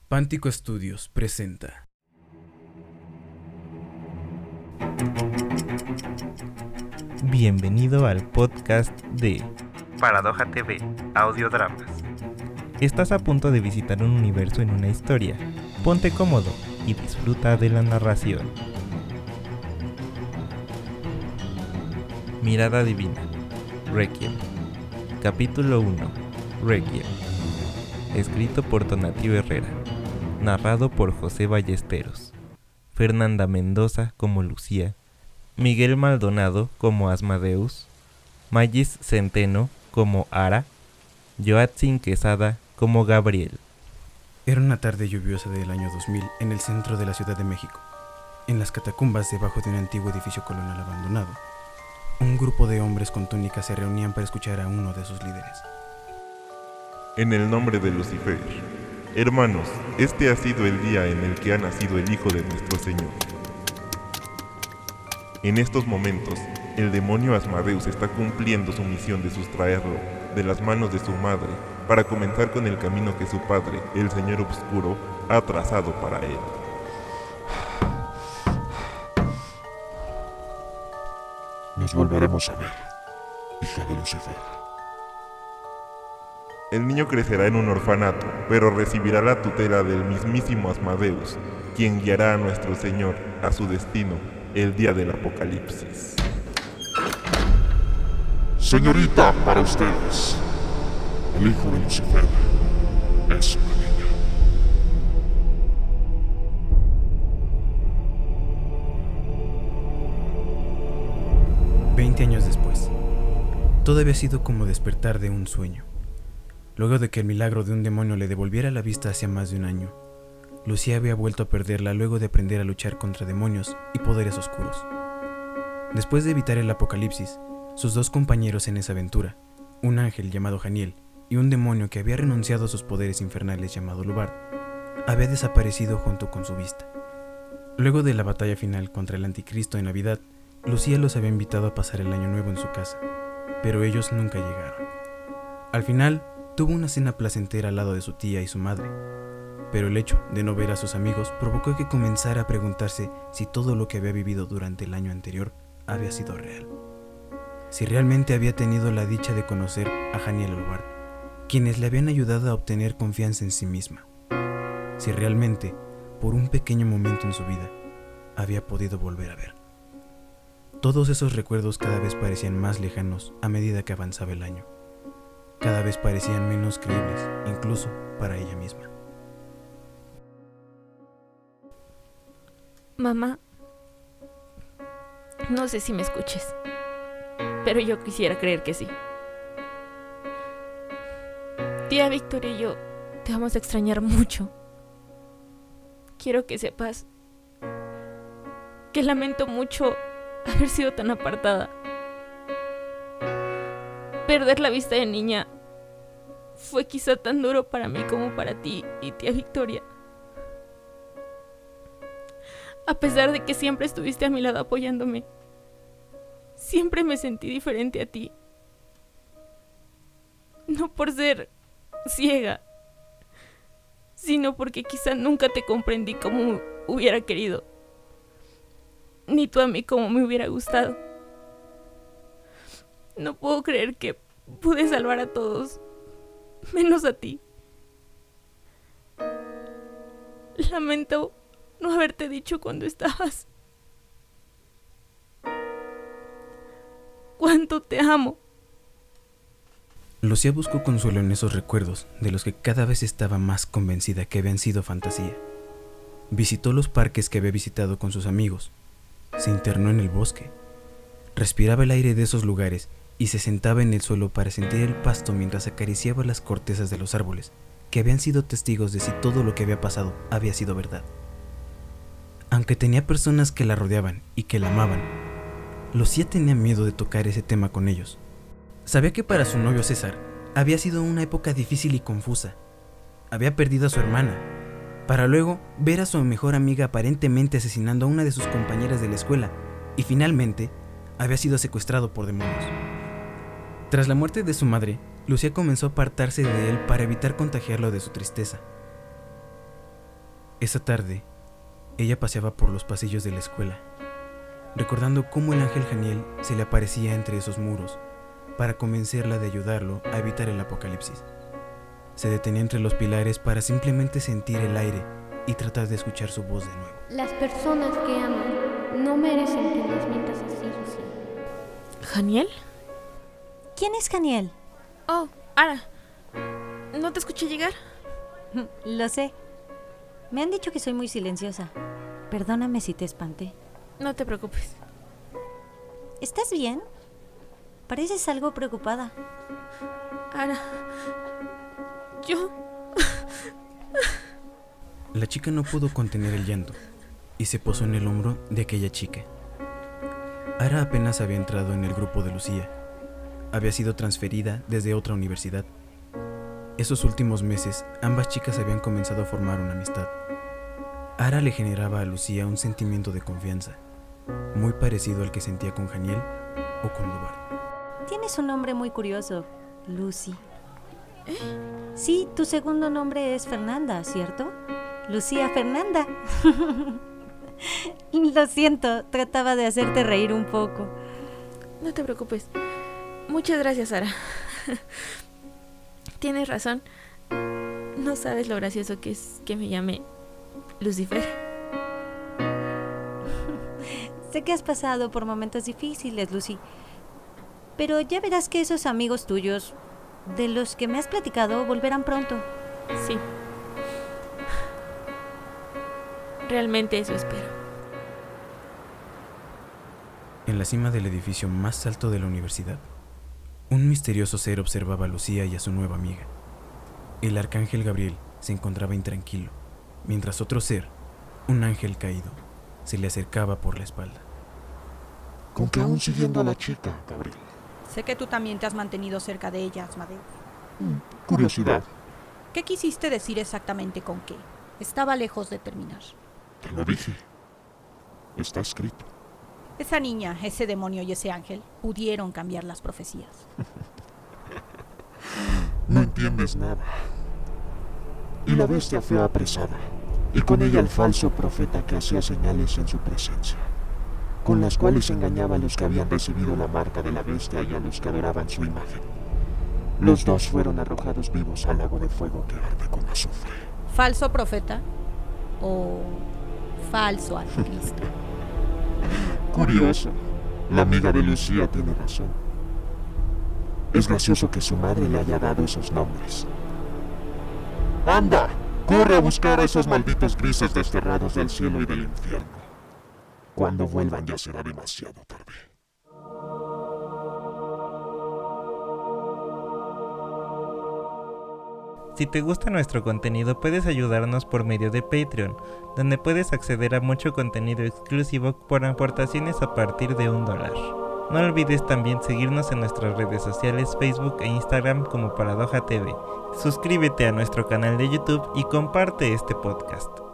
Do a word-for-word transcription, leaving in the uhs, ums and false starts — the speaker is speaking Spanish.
Pántico Estudios presenta. Bienvenido al podcast de Paradoja T V, audiodramas. Estás a punto de visitar un universo en una historia. Ponte cómodo y disfruta de la narración. Mirada Divina, Requiem. Capítulo uno, Requiem. Escrito por Tonatiuh Herrera. Narrado por José Ballesteros. Fernanda Mendoza como Lucía. Miguel Maldonado como Asmadeus. Magis Centeno como Ara. Joatzin Quesada como Gabriel. Era una tarde lluviosa del año dos mil en el centro de la Ciudad de México. En las catacumbas debajo de un antiguo edificio colonial abandonado, un grupo de hombres con túnicas se reunían para escuchar a uno de sus líderes. En el nombre de Lucifer, hermanos, este ha sido el día en el que ha nacido el Hijo de nuestro Señor. En estos momentos, el demonio Asmadeus está cumpliendo su misión de sustraerlo de las manos de su madre para comenzar con el camino que su padre, el Señor Obscuro, ha trazado para él. Nos volveremos a ver, hija de Lucifer. El niño crecerá en un orfanato, pero recibirá la tutela del mismísimo Asmadeus, quien guiará a nuestro Señor a su destino el día del apocalipsis. Señorita, para ustedes, el hijo de Lucifer es una niña. Veinte años después, todo había sido como despertar de un sueño. Luego de que el milagro de un demonio le devolviera la vista hacía más de un año, Lucía había vuelto a perderla luego de aprender a luchar contra demonios y poderes oscuros. Después de evitar el apocalipsis, sus dos compañeros en esa aventura, un ángel llamado Janiel y un demonio que había renunciado a sus poderes infernales llamado Lubard, había desaparecido junto con su vista. Luego de la batalla final contra el anticristo en Navidad, Lucía los había invitado a pasar el año nuevo en su casa, pero ellos nunca llegaron. Al final, tuvo una cena placentera al lado de su tía y su madre, pero el hecho de no ver a sus amigos provocó que comenzara a preguntarse si todo lo que había vivido durante el año anterior había sido real. Si realmente había tenido la dicha de conocer a Janiel y Lubard, quienes le habían ayudado a obtener confianza en sí misma. Si realmente, por un pequeño momento en su vida, había podido volver a ver. Todos esos recuerdos cada vez parecían más lejanos a medida que avanzaba el año. Cada vez parecían menos creíbles, incluso para ella misma. Mamá, no sé si me escuches, pero yo quisiera creer que sí. Tía Victoria y yo te vamos a extrañar mucho. Quiero que sepas que lamento mucho haber sido tan apartada. Perder la vista de niña fue quizá tan duro para mí como para ti y tía Victoria. A pesar de que siempre estuviste a mi lado apoyándome, siempre me sentí diferente a ti. No por ser ciega, sino porque quizá nunca te comprendí como hubiera querido, ni tú a mí como me hubiera gustado. No puedo creer que pude salvar a todos, menos a ti. Lamento no haberte dicho cuando estabas. Cuánto te amo. Lucía buscó consuelo en esos recuerdos, de los que cada vez estaba más convencida que habían sido fantasía. Visitó los parques que había visitado con sus amigos. Se internó en el bosque. Respiraba el aire de esos lugares y se sentaba en el suelo para sentir el pasto mientras acariciaba las cortezas de los árboles, que habían sido testigos de si todo lo que había pasado había sido verdad. Aunque tenía personas que la rodeaban y que la amaban, Lucía tenía miedo de tocar ese tema con ellos. Sabía que para su novio César había sido una época difícil y confusa. Había perdido a su hermana, para luego ver a su mejor amiga aparentemente asesinando a una de sus compañeras de la escuela, y finalmente había sido secuestrado por demonios. Tras la muerte de su madre, Lucía comenzó a apartarse de él para evitar contagiarlo de su tristeza. Esa tarde, ella paseaba por los pasillos de la escuela, recordando cómo el ángel Janiel se le aparecía entre esos muros para convencerla de ayudarlo a evitar el apocalipsis. Se detenía entre los pilares para simplemente sentir el aire y tratar de escuchar su voz de nuevo. Las personas que aman no merecen que les mientas así, Lucía. ¿Janiel? ¿Quién es Janiel? Oh, Ara. ¿No te escuché llegar? Lo sé. Me han dicho que soy muy silenciosa. Perdóname si te espanté. No te preocupes. ¿Estás bien? Pareces algo preocupada. Ara... Yo... La chica no pudo contener el llanto y se posó en el hombro de aquella chica. Ara apenas había entrado en el grupo de Lucía. Había sido transferida desde otra universidad. Esos últimos meses, ambas chicas habían comenzado a formar una amistad. Ara le generaba a Lucía un sentimiento de confianza, muy parecido al que sentía con Janiel o con Duarte. Tienes un nombre muy curioso, Lucy. ¿Eh? Sí, tu segundo nombre es Fernanda, ¿cierto? Lucía Fernanda. Lo siento, trataba de hacerte reír un poco. No te preocupes. Muchas gracias, Sara. Tienes razón. No sabes lo gracioso que es que me llame Lucifer. Sé que has pasado por momentos difíciles, Lucy. Pero ya verás que esos amigos tuyos, de los que me has platicado, volverán pronto. Sí. Realmente eso espero. En la cima del edificio más alto de la universidad, un misterioso ser observaba a Lucía y a su nueva amiga. El arcángel Gabriel se encontraba intranquilo, mientras otro ser, un ángel caído, se le acercaba por la espalda. ¿Con qué aún siguiendo a la chica, Gabriel? Sé que tú también te has mantenido cerca de ella, Asmadeus. Mm, curiosidad. ¿Qué quisiste decir exactamente con qué? Estaba lejos de terminar. Te lo dije. Está escrito. Esa niña, ese demonio y ese ángel pudieron cambiar las profecías. No entiendes nada. Y la bestia fue apresada, y con ella el falso profeta que hacía señales en su presencia, con las cuales engañaba a los que habían recibido la marca de la bestia y a los que adoraban su imagen. Los dos fueron arrojados vivos al lago de fuego que arde con azufre. ¿Falso profeta o falso anticristo? Curioso. La amiga de Lucía tiene razón. Es gracioso que su madre le haya dado esos nombres. ¡Anda! ¡Corre a buscar a esos malditos grises desterrados del cielo y del infierno! Cuando vuelvan ya será demasiado tarde. Si te gusta nuestro contenido, puedes ayudarnos por medio de Patreon, donde puedes acceder a mucho contenido exclusivo por aportaciones a partir de un dólar. No olvides también seguirnos en nuestras redes sociales, Facebook e Instagram como Paradoja T V. Suscríbete a nuestro canal de YouTube y comparte este podcast.